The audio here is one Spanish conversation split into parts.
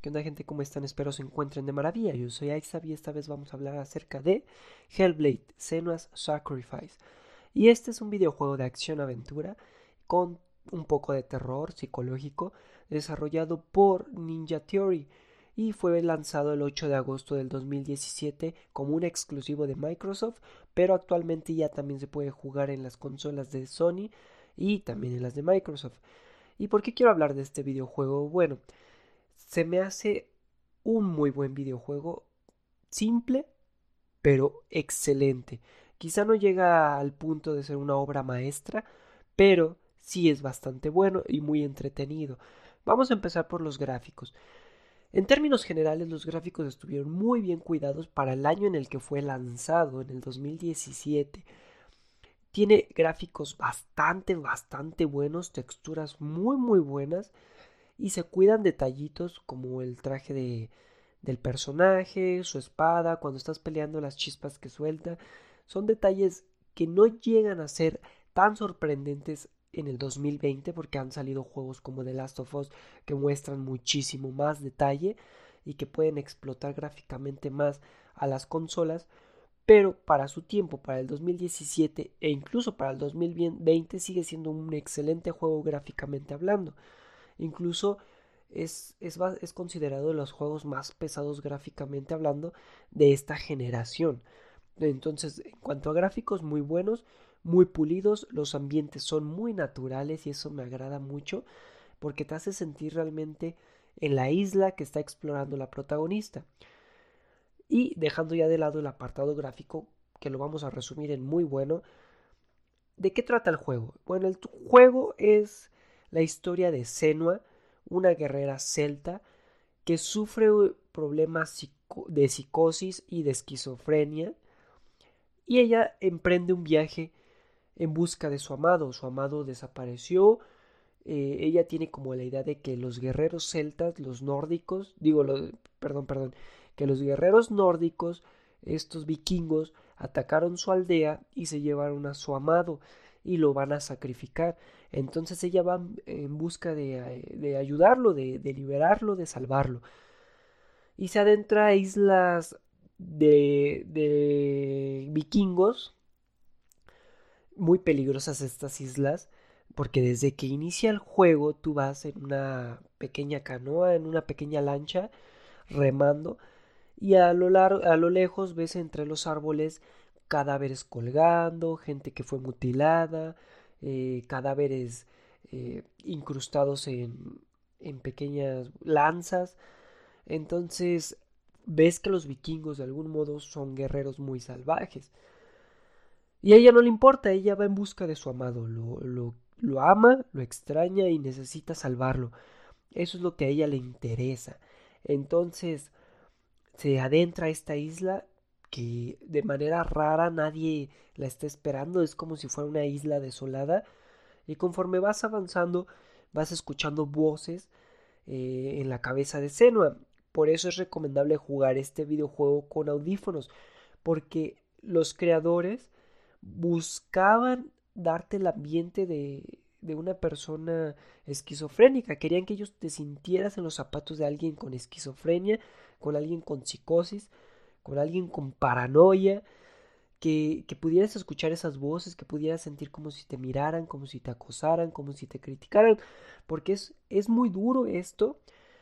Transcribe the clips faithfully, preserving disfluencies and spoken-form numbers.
¿Qué onda, gente? ¿Cómo están? Espero se encuentren de maravilla. Yo soy Aizab y esta vez vamos a hablar acerca de Hellblade: Senua's Sacrifice. Y este es un videojuego de acción-aventura con un poco de terror psicológico desarrollado por Ninja Theory y fue lanzado el ocho de agosto del dos mil diecisiete como un exclusivo de Microsoft, pero actualmente ya también se puede jugar en las consolas de Sony y también en las de Microsoft. ¿Y por qué quiero hablar de este videojuego? Bueno, se me hace un muy buen videojuego, simple, pero excelente. Quizá no llega al punto de ser una obra maestra, pero sí es bastante bueno y muy entretenido. Vamos a empezar por los gráficos. En términos generales, los gráficos estuvieron muy bien cuidados para el año en el que fue lanzado, en el dos mil diecisiete. Tiene gráficos bastante, bastante buenos, texturas muy, muy buenas y se cuidan detallitos como el traje de, del personaje, su espada, cuando estás peleando las chispas que suelta. Son detalles que no llegan a ser tan sorprendentes en el dos mil veinte porque han salido juegos como The Last of Us que muestran muchísimo más detalle y que pueden explotar gráficamente más a las consolas, pero para su tiempo, para el dos mil diecisiete e incluso para el dos mil veinte sigue siendo un excelente juego gráficamente hablando. Incluso es, es, es considerado de los juegos más pesados gráficamente hablando de esta generación. Entonces, en cuanto a gráficos, muy buenos, muy pulidos, los ambientes son muy naturales y eso me agrada mucho porque te hace sentir realmente en la isla que está explorando la protagonista. Y dejando ya de lado el apartado gráfico, que lo vamos a resumir en muy bueno, ¿de qué trata el juego? Bueno, el juego es la historia de Senua, una guerrera celta que sufre problemas de psicosis y de esquizofrenia, y ella emprende un viaje en busca de su amado. Su amado desapareció. Eh, ella tiene como la idea de que los guerreros celtas, los nórdicos, digo, lo, perdón, perdón, que los guerreros nórdicos, estos vikingos, atacaron su aldea y se llevaron a su amado y lo van a sacrificar. Entonces ella va en busca de, de ayudarlo, de, de liberarlo, de salvarlo. Y se adentra a islas de, de vikingos, muy peligrosas estas islas, porque desde que inicia el juego tú vas en una pequeña canoa, en una pequeña lancha, remando, y a lo, largo, a lo lejos ves entre los árboles cadáveres colgando, gente que fue mutilada, eh, cadáveres eh, incrustados en, en pequeñas lanzas. Entonces ves que los vikingos de algún modo son guerreros muy salvajes. Y a ella no le importa, ella va en busca de su amado, lo, lo, lo ama, lo extraña y necesita salvarlo. Eso es lo que a ella le interesa. Entonces se adentra a esta isla que de manera rara nadie la está esperando, es como si fuera una isla desolada. Y conforme vas avanzando, vas escuchando voces eh, en la cabeza de Senua. Por eso es recomendable jugar este videojuego con audífonos, porque los creadores buscaban darte el ambiente de, de una persona esquizofrénica. Querían que ellos te sintieras en los zapatos de alguien con esquizofrenia, con alguien con psicosis, con alguien con paranoia, que, que pudieras escuchar esas voces, que pudieras sentir como si te miraran, como si te acosaran, como si te criticaran, porque es, es muy duro esto,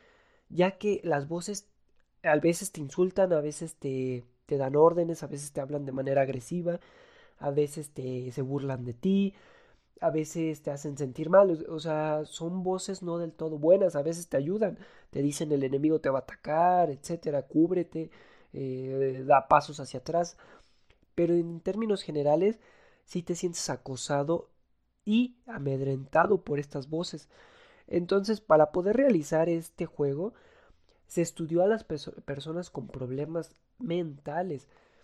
ya que las voces a veces te insultan, a veces te, te dan órdenes, a veces te hablan de manera agresiva, a veces te se burlan de ti, a veces te hacen sentir mal, o sea, son voces no del todo buenas, a veces te ayudan, te dicen el enemigo te va a atacar, etcétera, cúbrete, eh, da pasos hacia atrás, pero en términos generales sí te sientes acosado y amedrentado por estas voces. Entonces, para poder realizar este juego, se estudió a las perso- personas con problemas mentales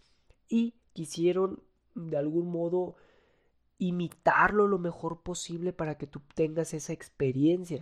y quisieron de algún modo imitarlo lo mejor posible para que tú tengas esa experiencia.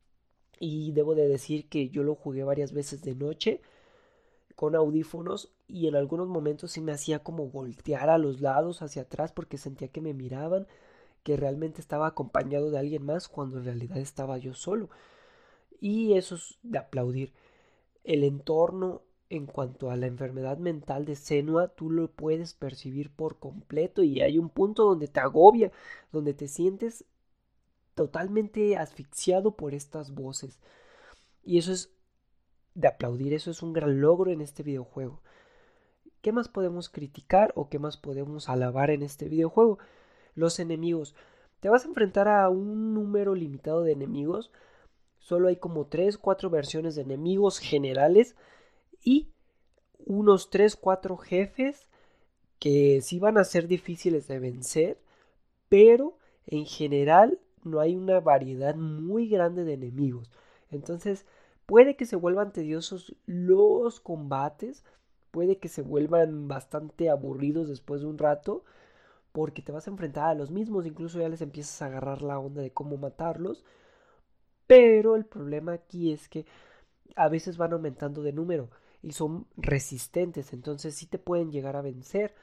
Y debo de decir que yo lo jugué varias veces de noche con audífonos y en algunos momentos sí me hacía como voltear a los lados hacia atrás porque sentía que me miraban, que realmente estaba acompañado de alguien más cuando en realidad estaba yo solo. Y eso es de aplaudir. el entorno en cuanto a la enfermedad mental de Senua, tú lo puedes percibir por completo y hay un punto donde te agobia, donde te sientes totalmente asfixiado por estas voces. Y eso es de aplaudir, eso es un gran logro en este videojuego. ¿Qué más podemos criticar o qué más podemos alabar en este videojuego? Los enemigos. Te vas a enfrentar a un número limitado de enemigos. Solo hay como tres cuatro versiones de enemigos generales y unos tres cuatro jefes que sí van a ser difíciles de vencer, pero en general no hay una variedad muy grande de enemigos. Entonces, puede que se vuelvan tediosos los combates, puede que se vuelvan bastante aburridos después de un rato, porque te vas a enfrentar a los mismos, incluso ya les empiezas a agarrar la onda de cómo matarlos, pero el problema aquí es que a veces van aumentando de número y son resistentes, entonces sí te pueden llegar a vencer.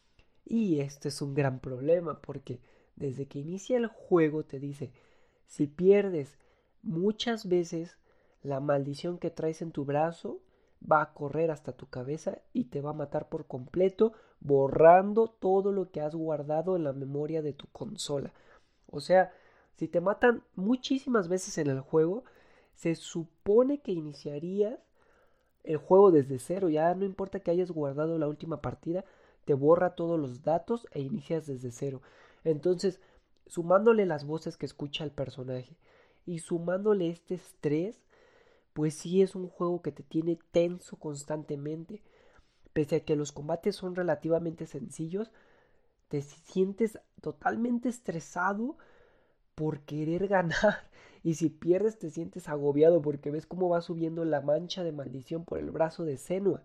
Y este es un gran problema porque desde que inicia el juego te dice, si pierdes muchas veces, la maldición que traes en tu brazo va a correr hasta tu cabeza y te va a matar por completo, borrando todo lo que has guardado en la memoria de tu consola. O sea, si te matan muchísimas veces en el juego, se supone que iniciarías el juego desde cero, ya no importa que hayas guardado la última partida, te borra todos los datos e inicias desde cero. Entonces, sumándole las voces que escucha el personaje y sumándole este estrés, pues sí es un juego que te tiene tenso constantemente. Pese a que los combates son relativamente sencillos, te sientes totalmente estresado por querer ganar. Y si pierdes te sientes agobiado porque ves cómo va subiendo la mancha de maldición por el brazo de Senua.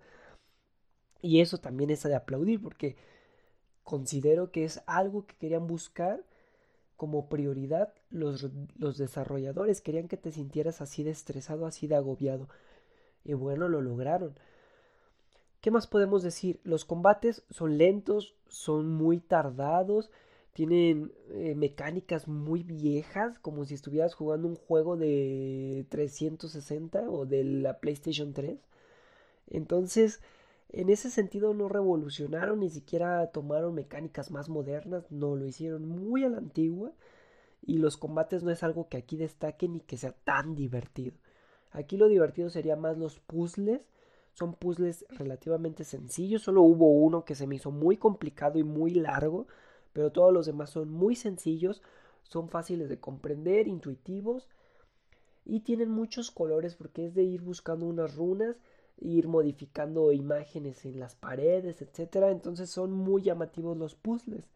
Y eso también es de aplaudir porque considero que es algo que querían buscar como prioridad los, los desarrolladores. Querían que te sintieras así de estresado, así de agobiado. Y bueno, lo lograron. ¿Qué más podemos decir? Los combates son lentos, son muy tardados, tienen eh, mecánicas muy viejas, como si estuvieras jugando un juego de trescientos sesenta o de la PlayStation tres. Entonces, en ese sentido no revolucionaron, ni siquiera tomaron mecánicas más modernas, no, lo hicieron muy a la antigua y los combates no es algo que aquí destaque ni que sea tan divertido. Aquí lo divertido sería más los puzzles. Son puzzles relativamente sencillos. Solo hubo uno que se me hizo muy complicado y muy largo. Pero todos los demás son muy sencillos. Son fáciles de comprender, intuitivos. Y tienen muchos colores porque es de ir buscando unas runas. Ir modificando imágenes en las paredes, etcétera. Entonces son muy llamativos los puzzles.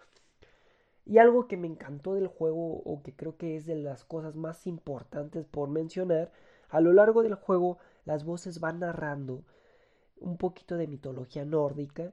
Y algo que me encantó del juego o que creo que es de las cosas más importantes por mencionar, a lo largo del juego las voces van narrando un poquito de mitología nórdica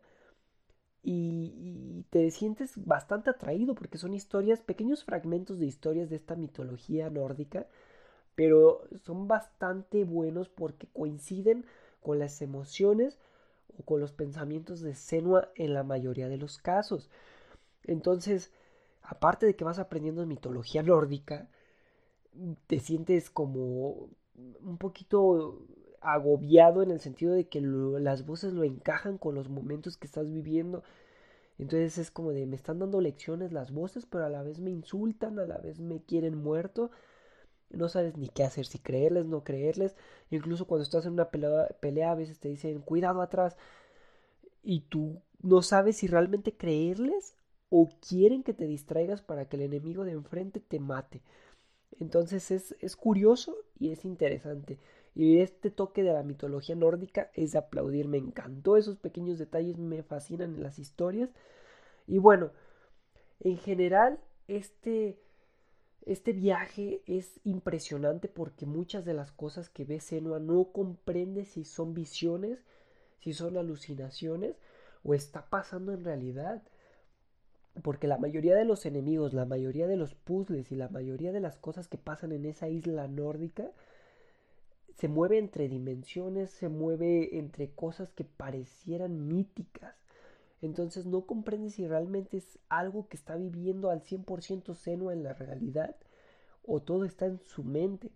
y, y te sientes bastante atraído porque son historias, pequeños fragmentos de historias de esta mitología nórdica, pero son bastante buenos porque coinciden con las emociones o con los pensamientos de Senua en la mayoría de los casos. Entonces, aparte de que vas aprendiendo mitología nórdica, te sientes como un poquito agobiado en el sentido de que lo, las voces lo encajan con los momentos que estás viviendo. Entonces es como de me están dando lecciones las voces, pero a la vez me insultan, a la vez me quieren muerto. No sabes ni qué hacer, si creerles, no creerles. Incluso cuando estás en una pelea, pelea a veces te dicen cuidado atrás y tú no sabes si realmente creerles o quieren que te distraigas para que el enemigo de enfrente te mate. Entonces es, es curioso y es interesante. Y este toque de la mitología nórdica es de aplaudir. Me encantó esos pequeños detalles, me fascinan en las historias. Y bueno, en general, este, este viaje es impresionante porque muchas de las cosas que ve Senua no comprende si son visiones, si son alucinaciones o está pasando en realidad. Porque la mayoría de los enemigos, la mayoría de los puzzles y la mayoría de las cosas que pasan en esa isla nórdica se mueve entre dimensiones, se mueve entre cosas que parecieran míticas. Entonces no comprende si realmente es algo que está viviendo al cien por ciento Senua en la realidad o todo está en su mente.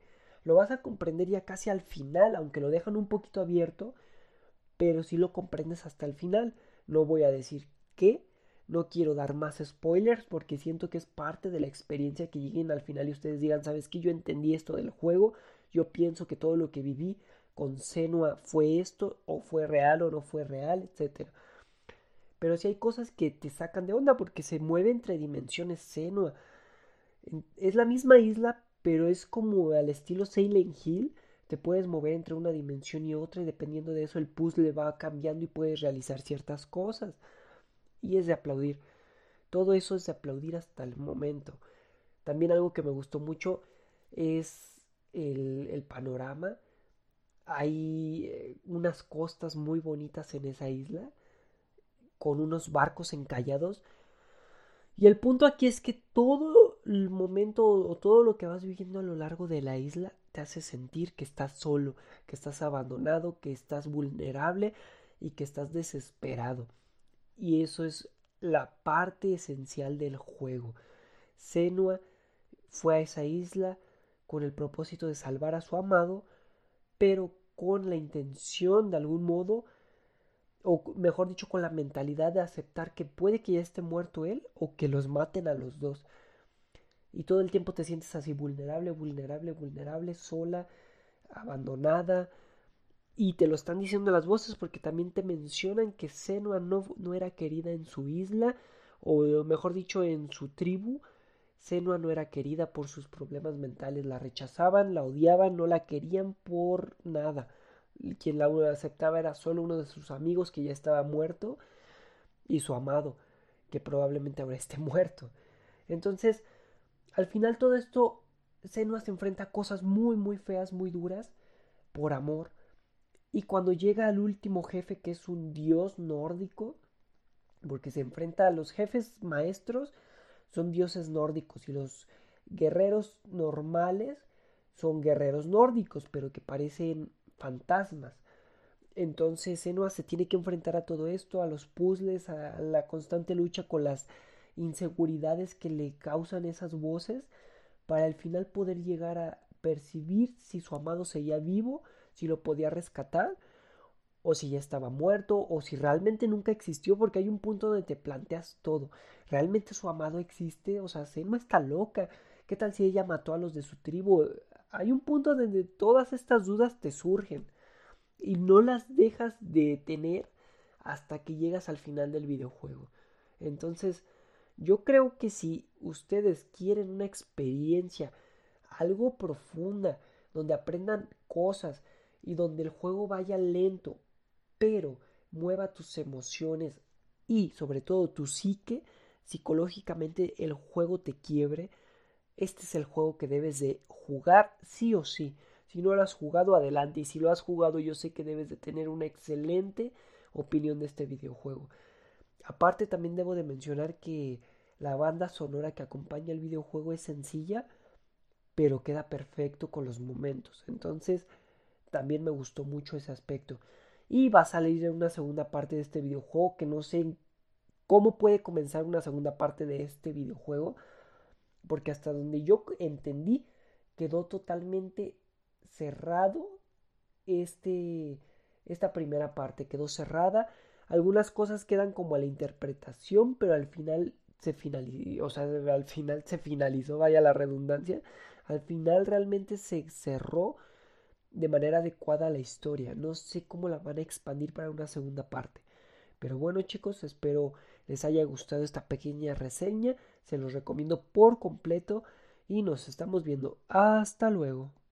Lo vas a comprender ya casi al final, aunque lo dejan un poquito abierto, pero sí lo comprendes hasta el final. No voy a decir qué, no quiero dar más spoilers porque siento que es parte de la experiencia que lleguen al final y ustedes digan, ¿sabes qué? Yo entendí esto del juego, yo pienso que todo lo que viví con Senua fue esto, o fue real o no fue real, etcétera. Pero sí hay cosas que te sacan de onda porque se mueve entre dimensiones Senua. Es la misma isla, pero es como al estilo Silent Hill. Te puedes mover entre una dimensión y otra y dependiendo de eso el puzzle va cambiando y puedes realizar ciertas cosas. Y es de aplaudir. Todo eso es de aplaudir hasta el momento. También algo que me gustó mucho es el, el panorama. Hay eh, unas costas muy bonitas en esa isla con unos barcos encallados. Y el punto aquí es que todo el momento o todo lo que vas viviendo a lo largo de la isla te hace sentir que estás solo, que estás abandonado, que estás vulnerable y que estás desesperado. Y eso es la parte esencial del juego. Senua fue a esa isla con el propósito de salvar a su amado, pero con la intención de algún modo, o mejor dicho, con la mentalidad de aceptar que puede que ya esté muerto él o que los maten a los dos. Y todo el tiempo te sientes así vulnerable, vulnerable, vulnerable, sola, abandonada. Y te lo están diciendo las voces porque también te mencionan que Senua no, no era querida en su isla, o mejor dicho, en su tribu. Senua no era querida por sus problemas mentales, la rechazaban, la odiaban, no la querían por nada. Quien la aceptaba era solo uno de sus amigos que ya estaba muerto y su amado, que probablemente ahora esté muerto. Entonces, al final todo esto, Senua se enfrenta a cosas muy, muy feas, muy duras, por amor. Y cuando llega al último jefe, que es un dios nórdico, porque se enfrenta a los jefes maestros, son dioses nórdicos y los guerreros normales son guerreros nórdicos, pero que parecen fantasmas. Entonces Senua se tiene que enfrentar a todo esto, a los puzzles, a la constante lucha con las inseguridades que le causan esas voces, para al final poder llegar a percibir si su amado seguía vivo, si lo podía rescatar, o si ya estaba muerto, o si realmente nunca existió, porque hay un punto donde te planteas todo. ¿Realmente su amado existe? O sea, Senua está loca. ¿Qué tal si ella mató a los de su tribu? Hay un punto donde todas estas dudas te surgen y no las dejas de tener hasta que llegas al final del videojuego. Entonces, yo creo que si ustedes quieren una experiencia algo profunda, donde aprendan cosas y donde el juego vaya lento, pero mueva tus emociones y sobre todo tu psique, psicológicamente el juego te quiebre, este es el juego que debes de jugar sí o sí. Si no lo has jugado, adelante. Y si lo has jugado, yo sé que debes de tener una excelente opinión de este videojuego. Aparte, también debo de mencionar que la banda sonora que acompaña el videojuego es sencilla, pero queda perfecto con los momentos. Entonces, también me gustó mucho ese aspecto. Y va a salir una segunda parte de este videojuego que no sé cómo puede comenzar una segunda parte de este videojuego, porque hasta donde yo entendí quedó totalmente cerrado este esta primera parte quedó cerrada. Algunas cosas quedan como a la interpretación, pero al final se finalizó, o sea, al final se finalizó, vaya la redundancia. Al final realmente se cerró de manera adecuada la historia. No sé cómo la van a expandir para una segunda parte. Pero bueno chicos, espero les haya gustado esta pequeña reseña. Se los recomiendo por completo y nos estamos viendo. Hasta luego.